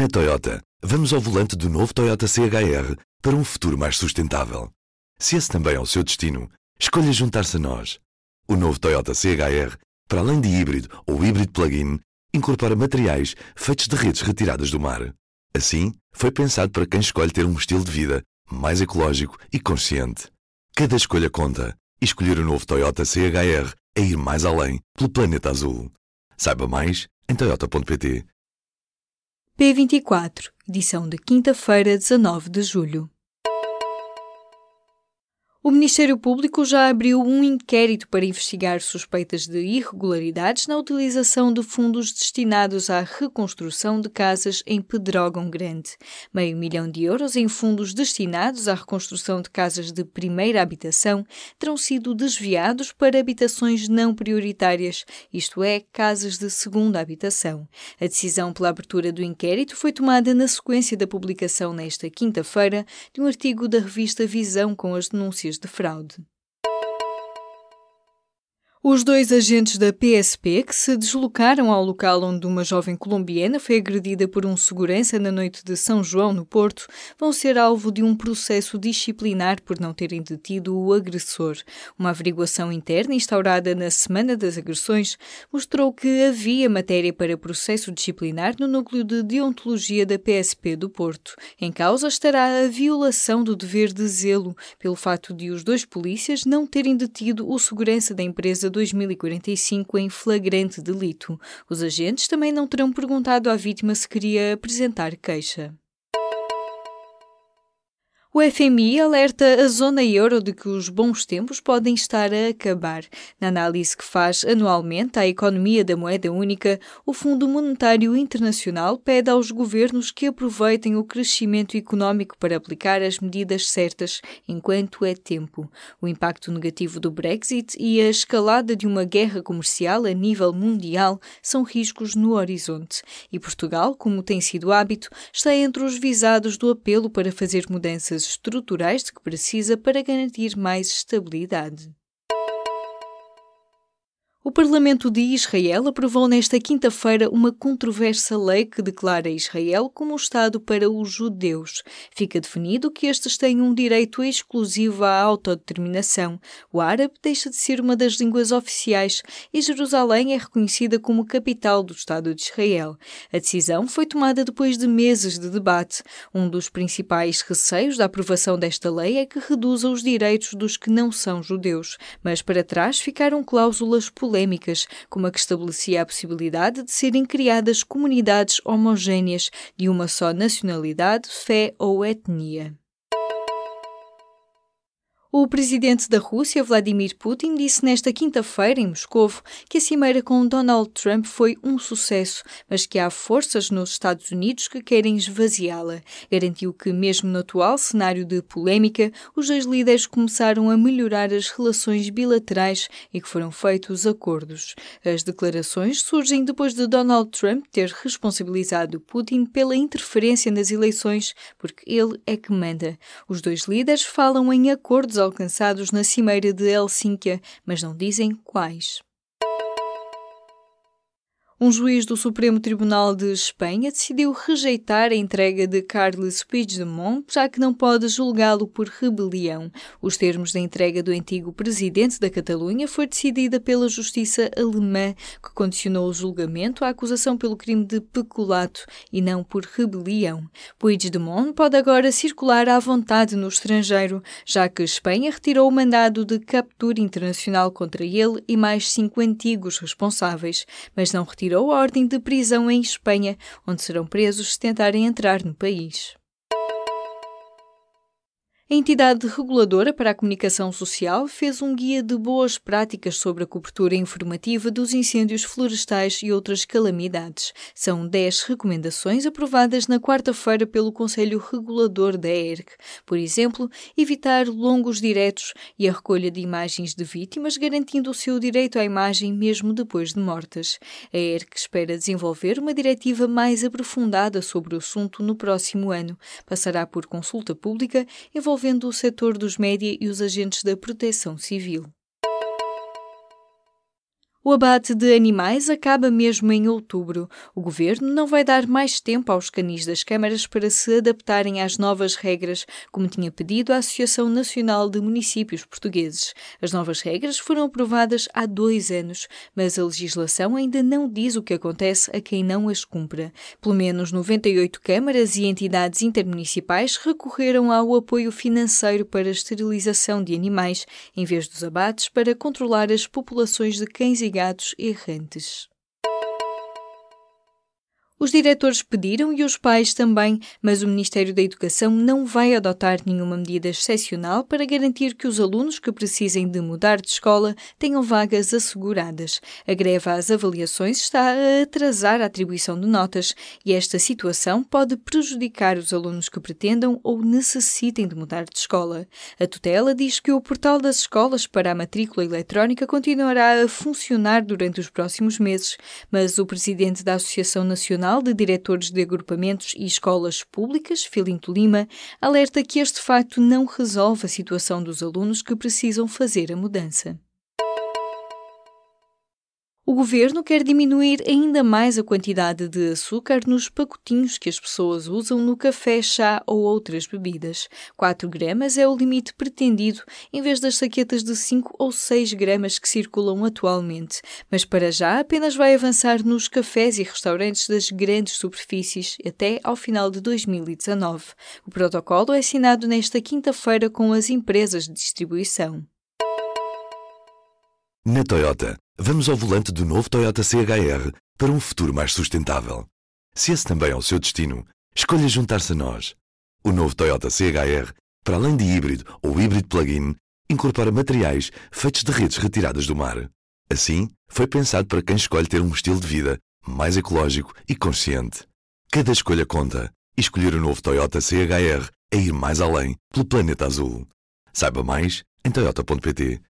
Na Toyota, vamos ao volante do novo Toyota CHR para um futuro mais sustentável. Se esse também é o seu destino, escolha juntar-se a nós. O novo Toyota CHR, para além de híbrido ou híbrido plug-in, incorpora materiais feitos de redes retiradas do mar. Assim, foi pensado para quem escolhe ter um estilo de vida mais ecológico e consciente. Cada escolha conta, e escolher o novo Toyota CHR é ir mais além pelo planeta azul. Saiba mais em toyota.pt. P24, edição de quinta-feira, 19 de julho. O Ministério Público já abriu um inquérito para investigar suspeitas de irregularidades na utilização de fundos destinados à reconstrução de casas em Pedrógão Grande. €500 mil em fundos destinados à reconstrução de casas de primeira habitação terão sido desviados para habitações não prioritárias, isto é, casas de segunda habitação. A decisão pela abertura do inquérito foi tomada na sequência da publicação nesta quinta-feira de um artigo da revista Visão com as denúncias de fraude. Os 2 agentes da PSP que se deslocaram ao local onde uma jovem colombiana foi agredida por um segurança na noite de São João, no Porto, vão ser alvo de um processo disciplinar por não terem detido o agressor. Uma averiguação interna instaurada na Semana das Agressões mostrou que havia matéria para processo disciplinar no núcleo de deontologia da PSP do Porto. Em causa estará a violação do dever de zelo, pelo fato de os 2 polícias não terem detido o segurança da empresa 2045 em flagrante delito. Os agentes também não terão perguntado à vítima se queria apresentar queixa. O FMI alerta a zona euro de que os bons tempos podem estar a acabar. Na análise que faz anualmente à economia da moeda única, o Fundo Monetário Internacional pede aos governos que aproveitem o crescimento económico para aplicar as medidas certas enquanto é tempo. O impacto negativo do Brexit e a escalada de uma guerra comercial a nível mundial são riscos no horizonte. E Portugal, como tem sido hábito, está entre os visados do apelo para fazer mudanças estruturais de que precisa para garantir mais estabilidade. O Parlamento de Israel aprovou nesta quinta-feira uma controversa lei que declara Israel como um Estado para os judeus. Fica definido que estes têm um direito exclusivo à autodeterminação. O árabe deixa de ser uma das línguas oficiais e Jerusalém é reconhecida como capital do Estado de Israel. A decisão foi tomada depois de meses de debate. Um dos principais receios da aprovação desta lei é que reduza os direitos dos que não são judeus, mas para trás ficaram cláusulas polémicas, como a que estabelecia a possibilidade de serem criadas comunidades homogéneas de uma só nacionalidade, fé ou etnia. O presidente da Rússia, Vladimir Putin, disse nesta quinta-feira em Moscovo que a cimeira com Donald Trump foi um sucesso, mas que há forças nos Estados Unidos que querem esvaziá-la. Garantiu que, mesmo no atual cenário de polémica, os 2 líderes começaram a melhorar as relações bilaterais e que foram feitos acordos. As declarações surgem depois de Donald Trump ter responsabilizado Putin pela interferência nas eleições, porque ele é que manda. Os 2 líderes falam em acordos alcançados na cimeira de Helsínquia, mas não dizem quais. Um juiz do Supremo Tribunal de Espanha decidiu rejeitar a entrega de Carles Puigdemont, já que não pode julgá-lo por rebelião. Os termos da entrega do antigo presidente da Catalunha foi decidida pela justiça alemã, que condicionou o julgamento à acusação pelo crime de peculato e não por rebelião. Puigdemont pode agora circular à vontade no estrangeiro, já que Espanha retirou o mandado de captura internacional contra ele e mais 5 antigos responsáveis, mas não retirou a ordem de prisão em Espanha, onde serão presos se tentarem entrar no país. A entidade reguladora para a comunicação social fez um guia de boas práticas sobre a cobertura informativa dos incêndios florestais e outras calamidades. São 10 recomendações aprovadas na quarta-feira pelo Conselho Regulador da ERC. Por exemplo, evitar longos diretos e a recolha de imagens de vítimas, garantindo o seu direito à imagem mesmo depois de mortas. A ERC espera desenvolver uma diretiva mais aprofundada sobre o assunto no próximo ano. Passará por consulta pública, envolvendo o setor dos média e os agentes da proteção civil. O abate de animais acaba mesmo em outubro. O governo não vai dar mais tempo aos canis das câmaras para se adaptarem às novas regras, como tinha pedido a Associação Nacional de Municípios Portugueses. As novas regras foram aprovadas há 2 anos, mas a legislação ainda não diz o que acontece a quem não as cumpra. Pelo menos 98 câmaras e entidades intermunicipais recorreram ao apoio financeiro para a esterilização de animais, em vez dos abates para controlar as populações de cães e gatos errantes. Os diretores pediram e os pais também, mas o Ministério da Educação não vai adotar nenhuma medida excepcional para garantir que os alunos que precisem de mudar de escola tenham vagas asseguradas. A greve às avaliações está a atrasar a atribuição de notas e esta situação pode prejudicar os alunos que pretendam ou necessitem de mudar de escola. A tutela diz que o portal das escolas para a matrícula eletrónica continuará a funcionar durante os próximos meses, mas o presidente da Associação Nacional de Diretores de Agrupamentos e Escolas Públicas, Filinto Lima, alerta que este facto não resolve a situação dos alunos que precisam fazer a mudança. O governo quer diminuir ainda mais a quantidade de açúcar nos pacotinhos que as pessoas usam no café, chá ou outras bebidas. 4 gramas é o limite pretendido, em vez das saquetas de 5 ou 6 gramas que circulam atualmente. Mas para já apenas vai avançar nos cafés e restaurantes das grandes superfícies até ao final de 2019. O protocolo é assinado nesta quinta-feira com as empresas de distribuição. Na Toyota, vamos ao volante do novo Toyota CHR para um futuro mais sustentável. Se esse também é o seu destino, escolha juntar-se a nós. O novo Toyota CHR, para além de híbrido ou híbrido plug-in, incorpora materiais feitos de redes retiradas do mar. Assim, foi pensado para quem escolhe ter um estilo de vida mais ecológico e consciente. Cada escolha conta e escolher o novo Toyota CHR é ir mais além pelo planeta azul. Saiba mais em toyota.pt.